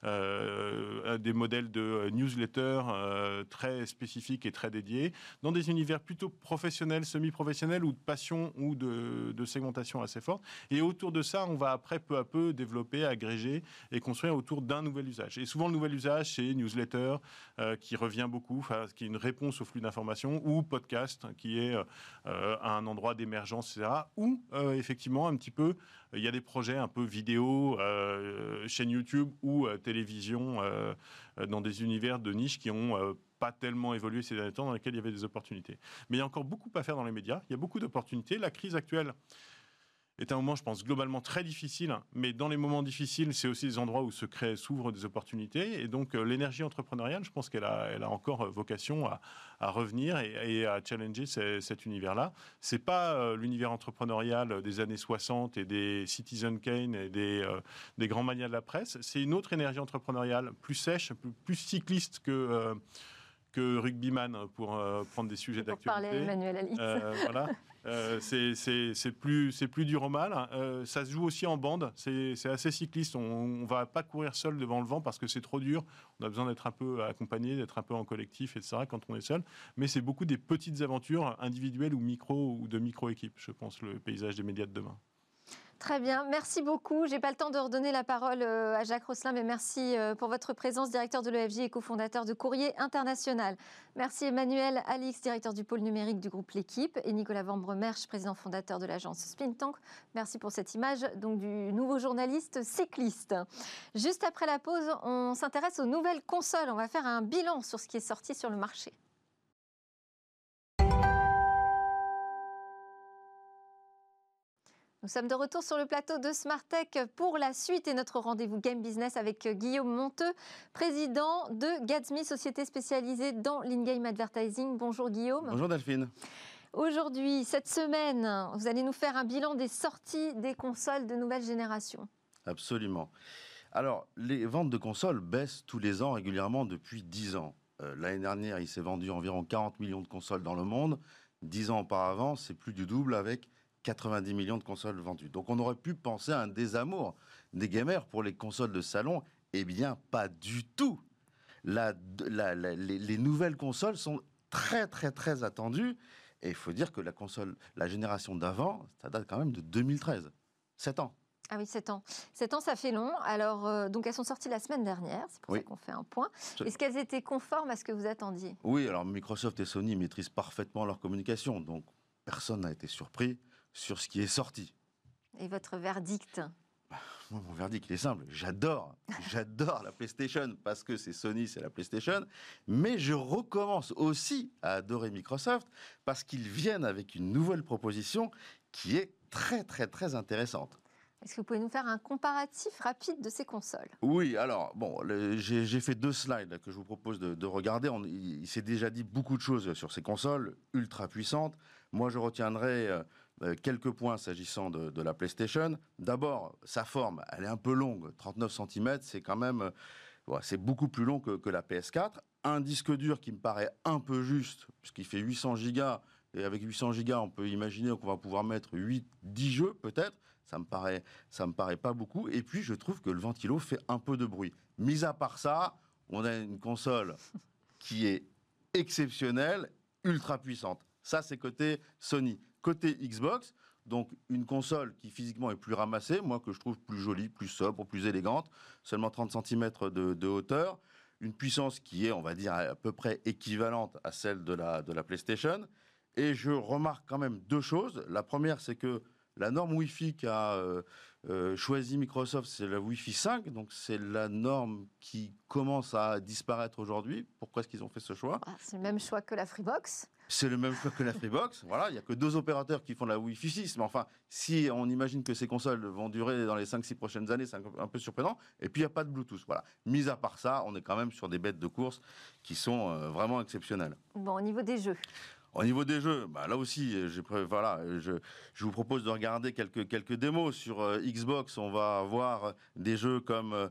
Euh, des modèles de newsletter euh, très spécifiques et très dédiés, dans des univers plutôt professionnels, semi-professionnels ou de passion ou de, de segmentation assez forte. Et autour de ça, on va après peu à peu développer, agréger et construire autour d'un nouvel usage. Et souvent, le nouvel usage, c'est newsletter euh, qui revient beaucoup, qui est une réponse au flux d'informations, ou podcast qui est euh, un endroit d'émergence, et cetera. Ou euh, effectivement, un petit peu, il y a des projets un peu vidéo, euh, chaîne YouTube ou euh, télévision euh, dans des univers de niche qui ont euh, pas tellement évolué ces derniers temps, dans lesquels il y avait des opportunités. Mais il y a encore beaucoup à faire dans les médias. Il y a beaucoup d'opportunités. La crise actuelle est un moment, je pense, globalement très difficile. Mais dans les moments difficiles, c'est aussi des endroits où se créent, s'ouvrent des opportunités. Et donc, euh, l'énergie entrepreneuriale, je pense qu'elle a, elle a encore vocation à, à revenir et, et à challenger ces, cet univers-là. C'est pas euh, l'univers entrepreneurial des années soixante et des Citizen Kane et des, euh, des grands manias de la presse. C'est une autre énergie entrepreneuriale, plus sèche, plus, plus cycliste que... Euh, que rugbyman pour euh, prendre des sujets d'actualité. Pour parler à Emmanuel Alix. Euh, voilà. Euh, c'est, c'est, c'est, plus, c'est plus dur au mal. Euh, ça se joue aussi en bande. C'est, c'est assez cycliste. On ne va pas courir seul devant le vent parce que c'est trop dur. On a besoin d'être un peu accompagné, d'être un peu en collectif, et cetera quand on est seul. Mais c'est beaucoup des petites aventures individuelles ou micro ou de micro-équipes, je pense, le paysage des médias de demain. Très bien, merci beaucoup. Je n'ai pas le temps de redonner la parole à Jacques Rosselin, mais merci pour votre présence, directeur de l'E F J et cofondateur de Courrier International. Merci Emmanuel Alix, directeur du pôle numérique du groupe L'Équipe, et Nicolas Vambremersch, président fondateur de l'agence Spin Tank. Merci pour cette image donc, du nouveau journaliste cycliste. Juste après la pause, on s'intéresse aux nouvelles consoles. On va faire un bilan sur ce qui est sorti sur le marché. Nous sommes de retour sur le plateau de Smartech pour la suite et notre rendez-vous Game Business avec Guillaume Monteux, président de Gatsby, société spécialisée dans l'in-game advertising. Bonjour Guillaume. Bonjour Delphine. Aujourd'hui, cette semaine, vous allez nous faire un bilan des sorties des consoles de nouvelle génération. Absolument. Alors, les ventes de consoles baissent tous les ans régulièrement depuis dix ans. Euh, l'année dernière, il s'est vendu environ quarante millions de consoles dans le monde. dix ans auparavant, c'est plus du double avec quatre-vingt-dix millions de consoles vendues. Donc on aurait pu penser à un désamour des gamers pour les consoles de salon. Eh bien, pas du tout. La, la, la, les, les nouvelles consoles sont très, très, très attendues. Et il faut dire que la console, la génération d'avant, ça date quand même de deux mille treize. sept ans. Ah oui, sept ans. sept ans, ça fait long. Alors, euh, donc elles sont sorties la semaine dernière, c'est pour oui. ça qu'on fait un point. Est-ce qu'elles étaient conformes à ce que vous attendiez? Oui, alors Microsoft et Sony maîtrisent parfaitement leur communication. Donc, personne n'a été surpris sur ce qui est sorti. Et votre verdict? Moi, mon verdict, il est simple. J'adore, j'adore la PlayStation parce que c'est Sony, c'est la PlayStation. Mais je recommence aussi à adorer Microsoft parce qu'ils viennent avec une nouvelle proposition qui est très, très, très intéressante. Est-ce que vous pouvez nous faire un comparatif rapide de ces consoles? Oui, alors, bon, le, j'ai, j'ai fait deux slides là, que je vous propose de, de regarder. On, il, il s'est déjà dit beaucoup de choses sur ces consoles ultra puissantes. Moi, je retiendrai euh, quelques points s'agissant de, de la PlayStation. D'abord, sa forme, elle est un peu longue. trente-neuf centimètres, c'est quand même... Euh, ouais, c'est beaucoup plus long que, que la P S quatre. Un disque dur qui me paraît un peu juste, puisqu'il fait huit cents gigas, et avec huit cents gigas, on peut imaginer qu'on va pouvoir mettre huit, dix jeux peut-être. Ça me paraît, ça me paraît pas beaucoup. Et puis, je trouve que le ventilo fait un peu de bruit. Mis à part ça, on a une console qui est exceptionnelle, ultra puissante. Ça, c'est côté Sony. Côté Xbox, donc une console qui physiquement est plus ramassée, moi que je trouve plus jolie, plus sobre, plus élégante, seulement trente centimètres de, de hauteur, une puissance qui est, on va dire, à peu près équivalente à celle de la, de la PlayStation. Et je remarque quand même deux choses. La première, c'est que la norme Wi-Fi qu'a euh, euh, choisi Microsoft, c'est la Wi-Fi cinq, donc c'est la norme qui commence à disparaître aujourd'hui. Pourquoi est-ce qu'ils ont fait ce choix ? Ah, c'est le même choix que la Freebox. C'est le même choix que la Freebox. Voilà, il n'y a que deux opérateurs qui font la Wi-Fi six. Mais enfin, si on imagine que ces consoles vont durer dans les cinq six prochaines années, c'est un peu surprenant. Et puis, il n'y a pas de Bluetooth. Voilà. Mis à part ça, on est quand même sur des bêtes de course qui sont euh, vraiment exceptionnelles. Bon, au niveau des jeux. Au niveau des jeux, bah là aussi, j'ai, voilà, je, je vous propose de regarder quelques, quelques démos. Sur euh, Xbox, on va avoir des jeux comme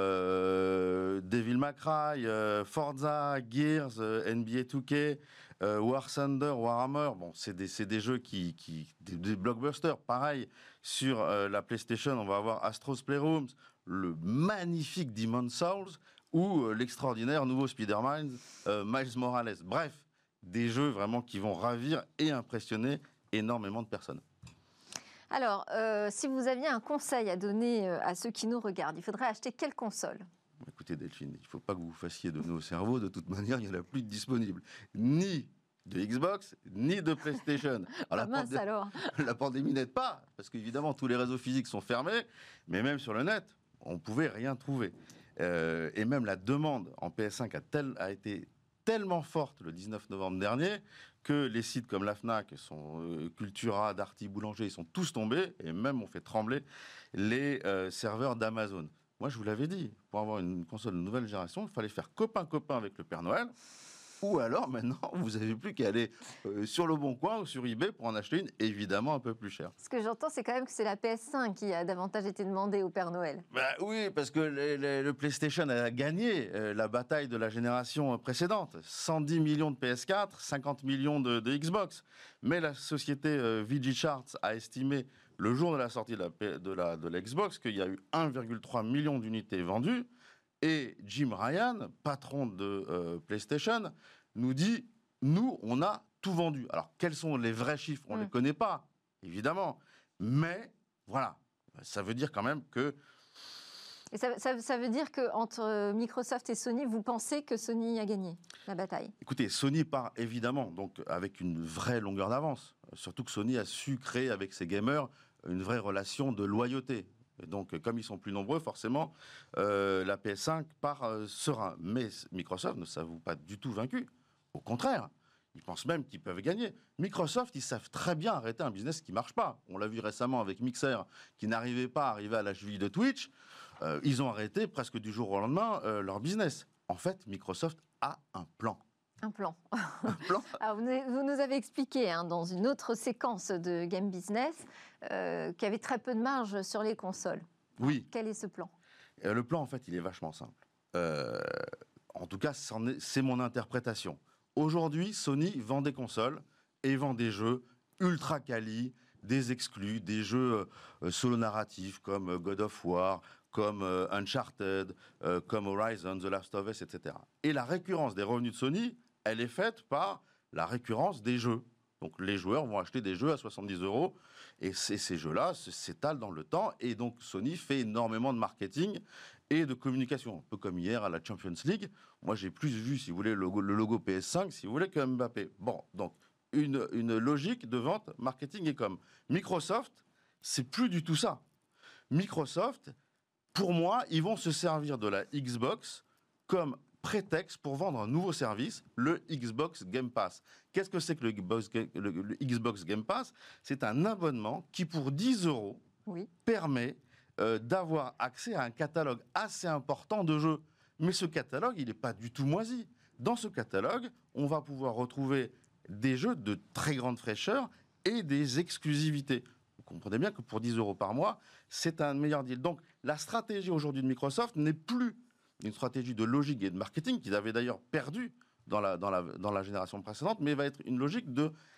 euh, Devil May Cry, euh, Forza, Gears, euh, N B A deux K, euh, War Thunder, Warhammer. Bon, c'est des, c'est des jeux qui, qui des, des blockbusters. Pareil, sur euh, la PlayStation, on va avoir Astro's Playroom, le magnifique Demon's Souls ou euh, l'extraordinaire nouveau Spider-Man, euh, Miles Morales. Bref, des jeux vraiment qui vont ravir et impressionner énormément de personnes. Alors, euh, si vous aviez un conseil à donner à ceux qui nous regardent, il faudrait acheter quelle console ? Écoutez Delphine, il ne faut pas que vous fassiez de nos cerveaux, de toute manière, il n'y en a plus de disponibles. Ni de Xbox, ni de PlayStation. Alors, la, mince pandé- alors. la pandémie n'aide pas, parce qu'évidemment, tous les réseaux physiques sont fermés, mais même sur le net, on ne pouvait rien trouver. Euh, et même la demande en P S cinq a, tel, a été tellement forte le dix-neuf novembre dernier que les sites comme la Fnac, sont, euh, Cultura, Darty, Boulanger, ils sont tous tombés et même ont fait trembler les euh, serveurs d'Amazon. Moi, je vous l'avais dit, pour avoir une console de nouvelle génération, il fallait faire copain-copain avec le Père Noël. Ou alors, maintenant, vous n'avez plus qu'à aller euh, sur Le Bon Coin ou sur eBay pour en acheter une, évidemment un peu plus chère. Ce que j'entends, c'est quand même que c'est la P S cinq qui a davantage été demandée au Père Noël. Bah oui, parce que le, le, le PlayStation a gagné euh, la bataille de la génération précédente. cent dix millions de P S quatre, cinquante millions de, de Xbox. Mais la société euh, V G Charts a estimé, le jour de la sortie de la, de la, de la Xbox, qu'il y a eu un virgule trois million d'unités vendues. Et Jim Ryan, patron de euh, PlayStation, nous dit, nous, on a tout vendu. Alors, quels sont les vrais chiffres ? On ne mmh. les connaît pas, évidemment. Mais, voilà, ça veut dire quand même que... Et ça, ça, ça veut dire qu'entre Microsoft et Sony, vous pensez que Sony a gagné la bataille ? Écoutez, Sony part évidemment donc, avec une vraie longueur d'avance. Surtout que Sony a su créer avec ses gamers une vraie relation de loyauté. Donc, comme ils sont plus nombreux, forcément, euh, la P S cinq part euh, serein. Mais Microsoft ne s'avoue pas du tout vaincu. Au contraire, ils pensent même qu'ils peuvent gagner. Microsoft, ils savent très bien arrêter un business qui ne marche pas. On l'a vu récemment avec Mixer, qui n'arrivait pas à arriver à la cheville de Twitch. Euh, ils ont arrêté presque du jour au lendemain euh, leur business. En fait, Microsoft a un plan. Un plan. Un plan. Alors, vous, vous nous avez expliqué hein, dans une autre séquence de Game Business euh, qu'il y avait très peu de marge sur les consoles. Oui. Alors, quel est ce plan ? euh, Le plan, en fait, il est vachement simple. Euh, en tout cas, c'en est, c'est mon interprétation. Aujourd'hui, Sony vend des consoles et vend des jeux ultra quali, des exclus, des jeux euh, solo narratifs comme God of War, comme euh, Uncharted, euh, comme Horizon, The Last of Us, et cetera. Et la récurrence des revenus de Sony, elle est faite par la récurrence des jeux. Donc les joueurs vont acheter des jeux à soixante-dix euros et ces, ces jeux-là s'étalent dans le temps. Et donc Sony fait énormément de marketing et de communication. Un peu comme hier à la Champions League. Moi, j'ai plus vu, si vous voulez, le logo, le logo P S cinq, si vous voulez, que Mbappé. Bon, donc une, une logique de vente, marketing et com. Microsoft, c'est plus du tout ça. Microsoft, pour moi, ils vont se servir de la Xbox comme prétexte pour vendre un nouveau service, le Xbox Game Pass. Qu'est-ce que c'est que le Xbox, le, le Xbox Game Pass ? C'est un abonnement qui, pour dix euros, oui. permet euh, d'avoir accès à un catalogue assez important de jeux. Mais ce catalogue, il n'est pas du tout moisi. Dans ce catalogue, on va pouvoir retrouver des jeux de très grande fraîcheur et des exclusivités. Vous comprenez bien que pour dix euros par mois, c'est un meilleur deal. Donc, la stratégie aujourd'hui de Microsoft n'est plus une stratégie de logique et de marketing qu'ils avaient d'ailleurs perdu dans la, dans, la, dans la génération précédente, mais va être une logique de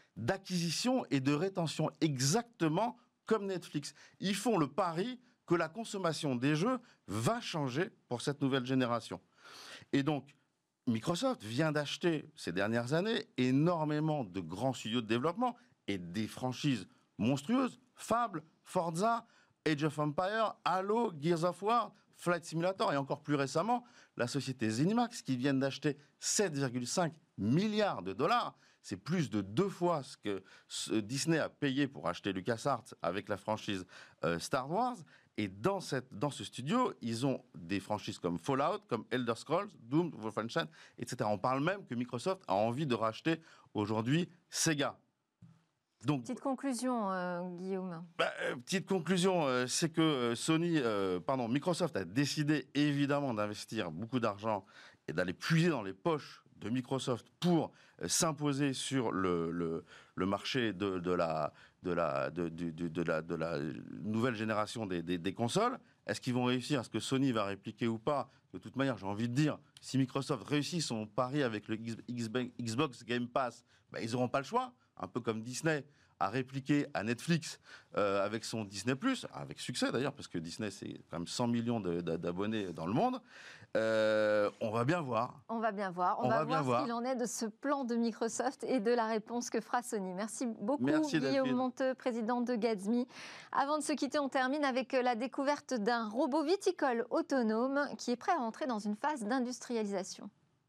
d'acquisition et de rétention, exactement comme Netflix. Ils font le pari que la consommation des jeux va changer pour cette nouvelle génération. Et donc, Microsoft vient d'acheter ces dernières années énormément de grands studios de développement et des franchises monstrueuses, Fable, Forza, Age of Empires, Halo, Gears of War, Flight Simulator et encore plus récemment, la société ZeniMax qui vient d'acheter sept virgule cinq milliards de dollars. C'est plus de deux fois ce que Disney a payé pour acheter LucasArts avec la franchise euh, Star Wars. Et dans, cette, dans ce studio, ils ont des franchises comme Fallout, comme Elder Scrolls, Doom, Wolfenstein, et cetera. On parle même que Microsoft a envie de racheter aujourd'hui Sega. Donc, petite conclusion, euh, Guillaume. Bah, euh, petite conclusion, euh, c'est que euh, Sony, euh, pardon, Microsoft a décidé évidemment d'investir beaucoup d'argent et d'aller puiser dans les poches de Microsoft pour euh, s'imposer sur le, le, le marché de, de, la, de, la, de, de, de, de, la, de la nouvelle génération des, des, des consoles. Est-ce qu'ils vont réussir? Est-ce que Sony va répliquer ou pas? De toute manière, j'ai envie de dire, si Microsoft réussit son pari avec le Xbox Game Pass, bah, ils n'auront pas le choix. Un peu comme Disney a répliqué à Netflix euh, avec son Disney plus, avec succès d'ailleurs, parce que Disney, c'est quand même cent millions de, de, d'abonnés dans le monde. Euh, on va bien voir. On va bien voir. On, on va, va voir ce qu'il en est de ce plan de Microsoft et de la réponse que fera Sony. Merci beaucoup, Merci, Guillaume David. Monteux, président de Gatsby. Avant de se quitter, on termine avec la découverte d'un robot viticole autonome qui est prêt à entrer dans une phase d'industrialisation.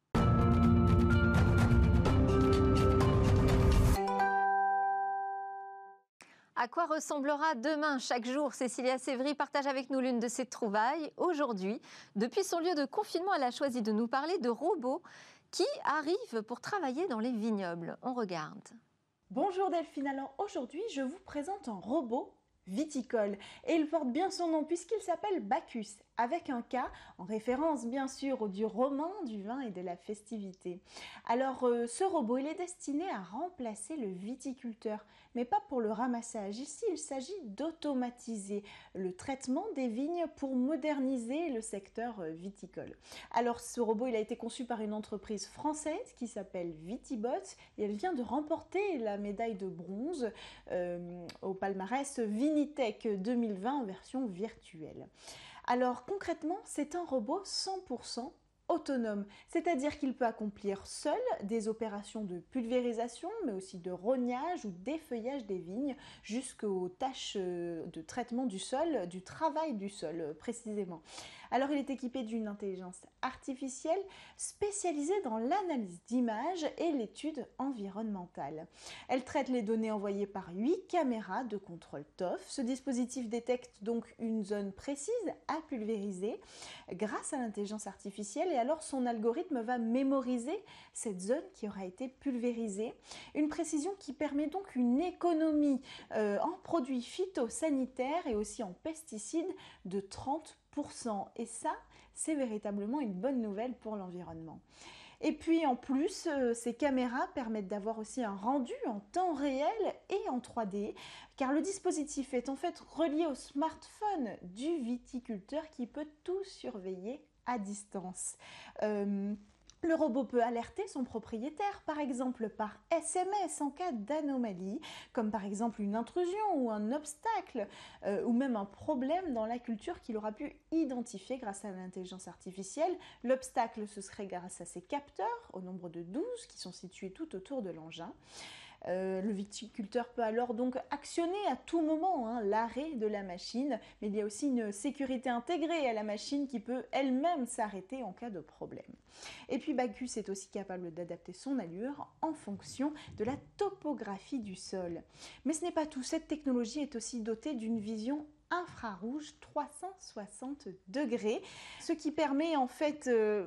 À quoi ressemblera demain chaque jour? Cécilia Sévry partage avec nous l'une de ses trouvailles. Aujourd'hui, depuis son lieu de confinement, elle a choisi de nous parler de robots qui arrivent pour travailler dans les vignobles. On regarde. Bonjour Delphine, alors aujourd'hui je vous présente un robot viticole et il porte bien son nom puisqu'il s'appelle Bacchus, avec un K en référence bien sûr au dieu romain du vin et de la festivité. Alors euh, ce robot il est destiné à remplacer le viticulteur, mais pas pour le ramassage. Ici il s'agit d'automatiser le traitement des vignes pour moderniser le secteur euh, viticole. Alors ce robot il a été conçu par une entreprise française qui s'appelle Vitibot et elle vient de remporter la médaille de bronze euh, au palmarès Vinitech deux mille vingt en version virtuelle. Alors concrètement, c'est un robot cent pour cent autonome, c'est-à-dire qu'il peut accomplir seul des opérations de pulvérisation, mais aussi de rognage ou d'effeuillage des vignes, jusqu'aux tâches de traitement du sol, du travail du sol précisément. Alors il est équipé d'une intelligence artificielle spécialisée dans l'analyse d'images et l'étude environnementale. Elle traite les données envoyées par huit caméras de contrôle T O F. Ce dispositif détecte donc une zone précise à pulvériser grâce à l'intelligence artificielle et alors son algorithme va mémoriser cette zone qui aura été pulvérisée. Une précision qui permet donc une économie euh, en produits phytosanitaires et aussi en pesticides de trente pour cent. Et ça, c'est véritablement une bonne nouvelle pour l'environnement. Et puis en plus, euh, ces caméras permettent d'avoir aussi un rendu en temps réel et en trois D, car le dispositif est en fait relié au smartphone du viticulteur qui peut tout surveiller à distance. Euh, Le robot peut alerter son propriétaire, par exemple par S M S en cas d'anomalie, comme par exemple une intrusion ou un obstacle, euh, ou même un problème dans la culture qu'il aura pu identifier grâce à l'intelligence artificielle. L'obstacle, ce serait grâce à ses capteurs, au nombre de douze, qui sont situés tout autour de l'engin. Euh, le viticulteur peut alors donc actionner à tout moment hein, l'arrêt de la machine, mais il y a aussi une sécurité intégrée à la machine qui peut elle-même s'arrêter en cas de problème. Et puis Bacchus est aussi capable d'adapter son allure en fonction de la topographie du sol. Mais ce n'est pas tout, cette technologie est aussi dotée d'une vision infrarouge trois cent soixante degrés, ce qui permet en fait... Euh,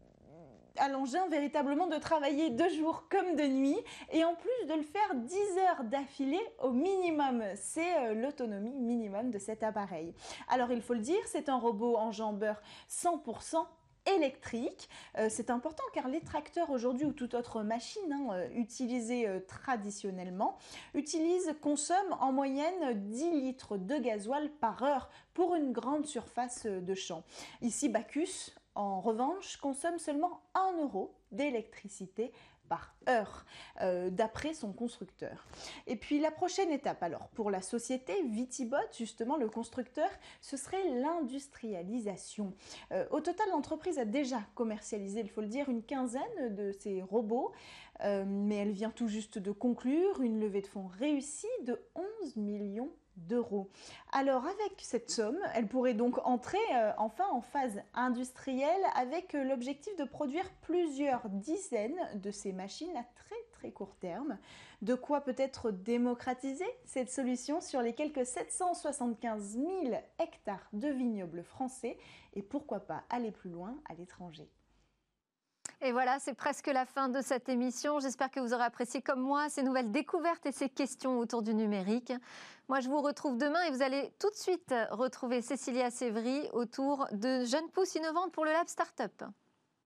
à l'engin véritablement de travailler de jour comme de nuit et en plus de le faire dix heures d'affilée au minimum. C'est euh, l'autonomie minimum de cet appareil. Alors il faut le dire, c'est un robot enjambeur cent pour cent électrique. Euh, c'est important car les tracteurs aujourd'hui ou toute autre machine hein, euh, utilisée euh, traditionnellement utilisent, consomment en moyenne dix litres de gasoil par heure pour une grande surface de champ. Ici Bacchus, en revanche, consomme seulement un euro d'électricité par heure, euh, d'après son constructeur. Et puis la prochaine étape, alors, pour la société Vitibot, justement, le constructeur, ce serait l'industrialisation. Euh, au total, l'entreprise a déjà commercialisé, il faut le dire, une quinzaine de ces robots, euh, mais elle vient tout juste de conclure une levée de fonds réussie de onze millions d'euros. Alors avec cette somme, elle pourrait donc entrer euh, enfin en phase industrielle avec euh, l'objectif de produire plusieurs dizaines de ces machines à très très court terme. De quoi peut-être démocratiser cette solution sur les quelques sept cent soixante-quinze mille hectares de vignobles français et pourquoi pas aller plus loin à l'étranger. Et voilà, c'est presque la fin de cette émission. J'espère que vous aurez apprécié comme moi ces nouvelles découvertes et ces questions autour du numérique. Moi, je vous retrouve demain et vous allez tout de suite retrouver Cécilia Sévry autour de Jeunes Pousses innovantes pour le Lab Startup.